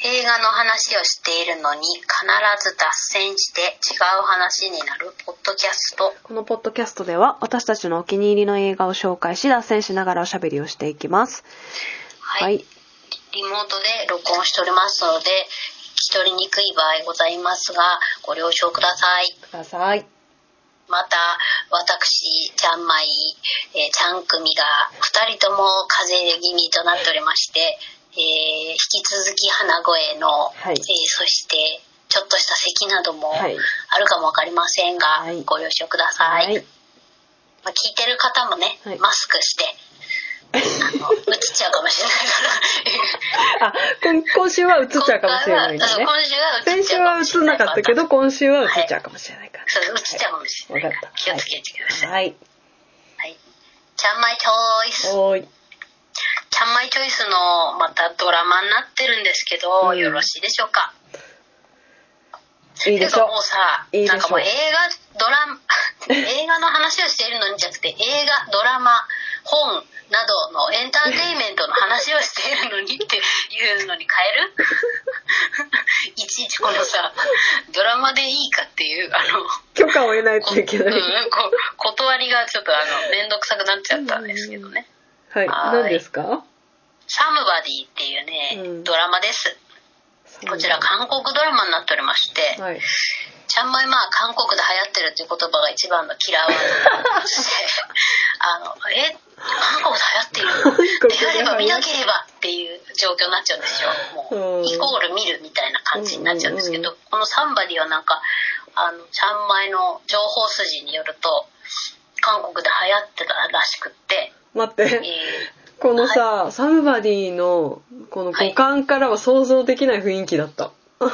映画の話をしているのに必ず脱線して違う話になるポッドキャスト。 このポッドキャストでは私たちのお気に入りの映画を紹介し脱線しながらおしゃべりをしていきます。 はい、リモートで録音しておりますので聞き取りにくい場合ございますがご了承ください。また私ちゃんまい、ちゃん組が2人とも風邪気味となっておりまして、引き続き鼻声の、 はいそしてちょっとした咳などもあはいるかもわかりませんが、 はい、 ご了承ください。 はい、 聞いてる方もね、 はい、 マスクして映っちゃうかもしれないから今週は映っちゃうかもしれないんだね。 今週は先週は映んなかったけど今週は映っちゃうかもしれないから、 そう映っちゃうかもしれない、 分かった。 気をつけてください。 はい、 はい、ちゃんまいチョイス。 おーい。 ちゃんまいチョイスのまたドラマになってるんですけど、よろしいでしょうか。 いいでしょう。 もうさ、なんかもう映画の話をしているのにじゃなくて映画、ドラマ、本などのエンターテインメントの話をしているのにっていうのに変えるいちいちこのさ、ドラマでいいかっていう許可を得ないといけない、 断りがちょっとめんどくさくなっちゃったんですけどね。 はい、何ですか？ サムバディっていうね、ドラマです。こちら韓国ドラマになっておりまして、はい、ちゃんまい韓国で流行ってるっていう言葉が一番のキラーワードとして韓国で流行っているのであれば見なければっていう状況になっちゃうんですよ。もうイコール見るみたいな感じになっちゃうんですけど、このサンバディはなんかちゃんまいの情報筋によると韓国で流行ってたらしくって、 待って、このさ、はい、サムバディのこの五感からは想像できない雰囲気だった、 そう、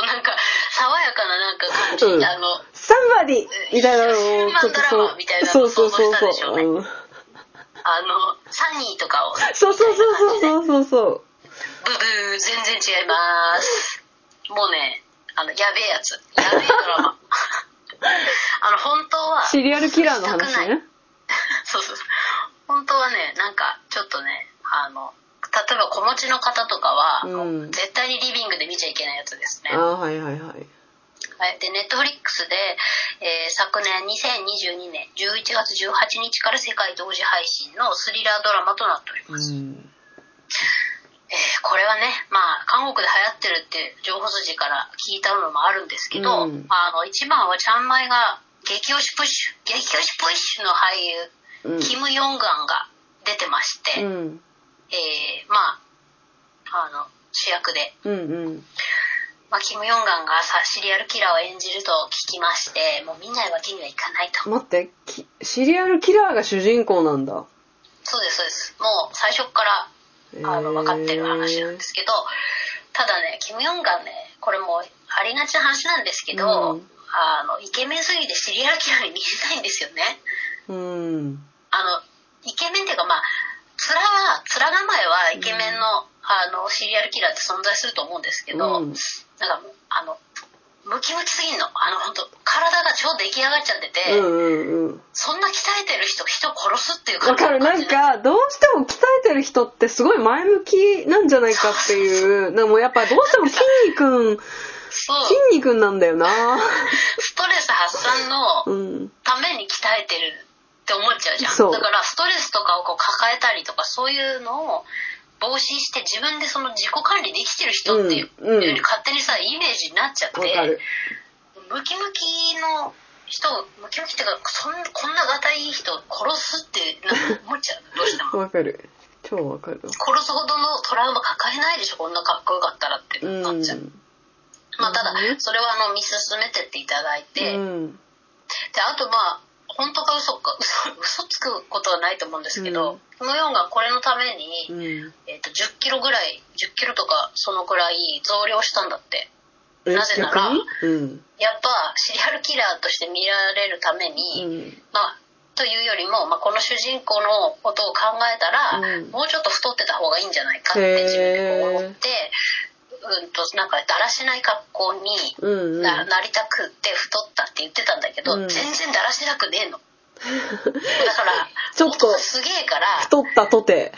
なんか爽やかななんか感じ、 サムバディみたいなのをちょっとドラマみたいなのを想像したでしょうね。サニーとかをそうブブー全然違います。もうねやべえやつ、やべえドラマ本当はシリアルキラーの話ね。 そう本当はね、なんかちょっとね、例えば子持ちの方とかは、絶対にリビングで見ちゃいけないやつですね。 はいはいはい。 でネットフリックスで、昨年2022年11月18日から世界同時配信のスリラードラマとなっております。これはね、韓国で流行ってるって情報筋から聞いたのもあるんですけど、一番はちゃんまいが激推しプッシュの俳優、キム・ヨンガンが出てまして、主役で、キム・ヨンガンがシリアルキラーを演じると聞きまして、もう見ないわけにはいかないと。 待って、シリアルキラーが主人公なんだ。 そうですもう最初から分かってる話なんですけど、ただね、キム・ヨンガンね、これもありがちな話なんですけど、イケメンすぎてシリアルキラーに見えないんですよね。イケメンっていうか面構えはイケメンの、シリアルキラーって存在すると思うんですけど、なんかムキムキすぎんの、本当体が超出来上がっちゃってて、そんな鍛えてる人殺すっていう感じ。 わかる、なんかどうしても鍛えてる人ってすごい前向きなんじゃないかっていう、なんかもうやっぱどうしても筋肉なんだよな。 ストレス発散のために鍛えてるって思っちゃうじゃん。だからストレスとかをこう抱えたりとかそういうのを防止して自分でその自己管理できてる人っていうように勝手にさイメージになっちゃって、ムキムキの人、ムキムキっていうかこんながたいい人殺すってなんか思っちゃうどうしても。 わかる、超わかる。 殺すほどのトラウマ抱えないでしょ、こんなかっこよかったらってなっちゃう。ただそれは見進めてっていただいて、であと本当か嘘つくことはないと思うんですけど、キム・ヨンがこれのために、10キロぐらい10キロとかそのくらい増量したんだって。なぜなら、やっぱシリアルキラーとして見られるために、というよりも、この主人公のことを考えたら、もうちょっと太ってた方がいいんじゃないかって自分で思って、なんかだらしない格好になりたくって太ったって言ってたんだけど、全然だらしなくねえの。だからちょっとすげえから太ったとて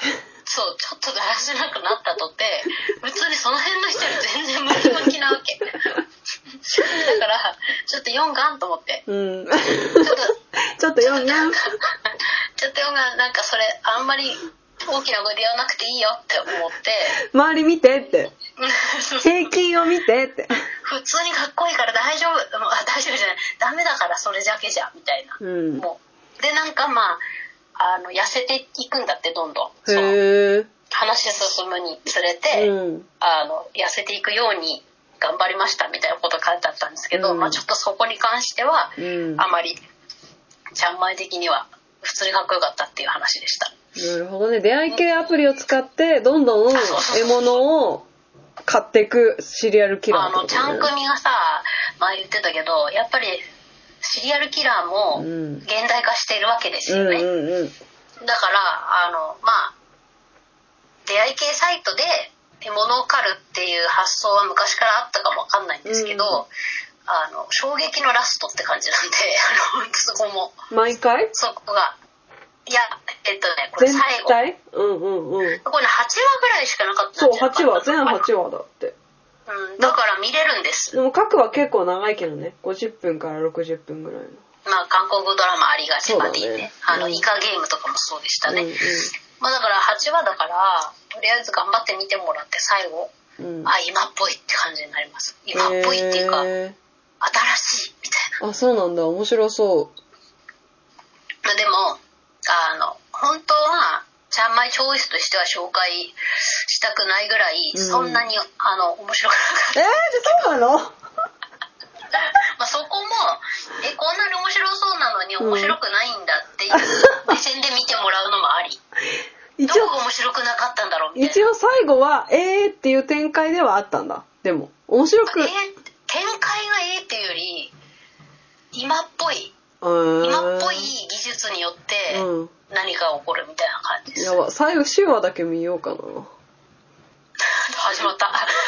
そうちょっとだらしなくなったとて普通にその辺の人より全然ムキムキなわけだからちょっと4ガンと思って、ちょっと4ガンなんかそれあんまり大きな声で言わなくていいよって思って周り見てって平均を見てって普通にかっこいいから大丈夫大丈夫じゃないダメだからそれだけじゃみたいな、もうでなんかまあ痩せていくんだってどんどんその話進むにつれて、痩せていくように頑張りましたみたいなこと書いてあったんですけど、まあちょっとそこに関しては、あまりちゃんまい的には普通にかっこよかったっていう話でした。 なるほどね。出会い系アプリを使ってどんどん獲物を買っていくシリアルキラーってことね。 ちゃん組がさ前言ってたけどやっぱりシリアルキラーも現代化しているわけですよね、だからまあ出会い系サイトで獲物を狩るっていう発想は昔からあったかもわかんないんですけど、衝撃のラストって感じなんでそこも毎回そこがいやこれ最後これ8話ぐらいしかなかったんじゃないかな。 そう全8話だって、 だから見れるんです。 でも各話結構長いけどね、50分から60分ぐらいの。 まあ韓国ドラマありがちまでね、イカゲームとかもそうでしたね、まあだから8話だからとりあえず頑張って見てもらって最後、今っぽいって感じになります。今っぽいっていうか、新しいみたいな。 あ、そうなんだ、面白そう。 まあでも本当はちゃんまいチョイスとしては紹介したくないぐらい、そんなに面白くなかった。 そうなのまあそこもこんなに面白そうなのに面白くないんだっていう目線で見てもらうのもあり、どこが面白くなかったんだろうみたいな。 一応最後はっていう展開ではあったんだ。でも面白く展開がっていうより今っぽい技術によって何か起こるみたいな感じです。 やば、最後10話だけ見ようかな。 始ま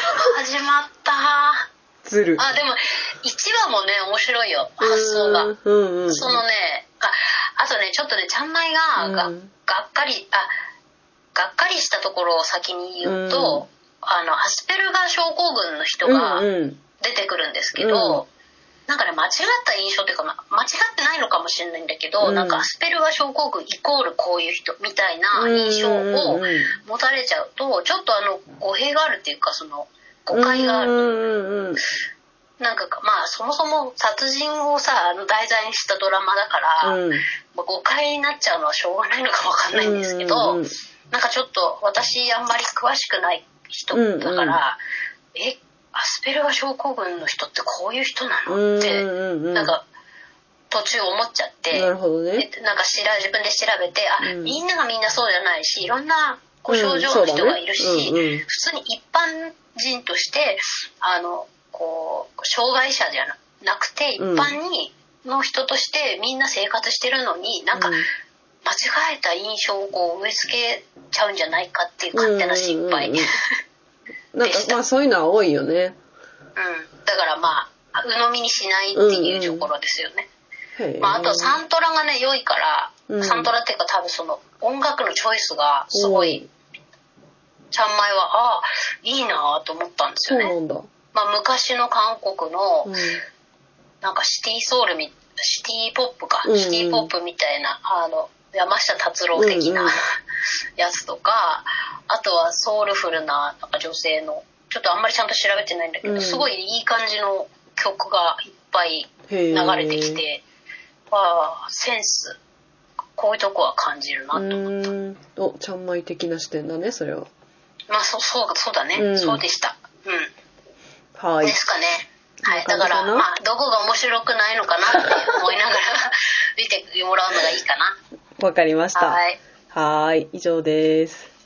ったずる。 でも1話もね面白いよ、発想が。そのねあとねちょっとねちゃんまいががっかりしたところを先に言うと、アスペルガー症候群の人が出てくるんですけど、なんかね間違った印象っていうか、間違ってないのかもしれないんだけど、なんかアスペルガー症候群イコールこういう人みたいな印象を持たれちゃうと、ちょっと語弊があるっていうか、その誤解がある。なんかまあそもそも殺人をさ題材にしたドラマだから、誤解になっちゃうのはしょうがないのかわかんないんですけど、なんかちょっと私あんまり詳しくない人だから、アスペルガー症候群の人ってこういう人なのって、なんか途中思っちゃって、 なるほどね、 なんか自分で調べてみんながみんなそうじゃないし、いろんな症状の人がいるし、普通に一般人として障害者じゃなくて一般の人としてみんな生活してるのに、なんか間違えた印象を植え付けちゃうんじゃないかっていう勝手な心配なんかまあそういうのは多いよね。 だからまあ鵜呑みにしないっていうところですよね。あとサントラがね良いから、サントラっていうか多分その音楽のチョイスがすごい、ちゃんまいはいいなと思ったんですよね。 そうなんだ。 昔の韓国の、なんかシティソウルシティポップか、シティポップみたいな山下達郎的な、やつとか、あとはソウルフルな、なんか女性のちょっとあんまりちゃんと調べてないんだけど、すごいいい感じの曲がいっぱい流れてきて、センスこういうとこは感じるなと思った。 ちゃんまい的な視点だねそれは。 そうだね、そうでした。 はい。 ですかね。はい。だからどこが面白くないのかなって思いながら見てもらうのがいいかな。 わかりました。はい。以上です。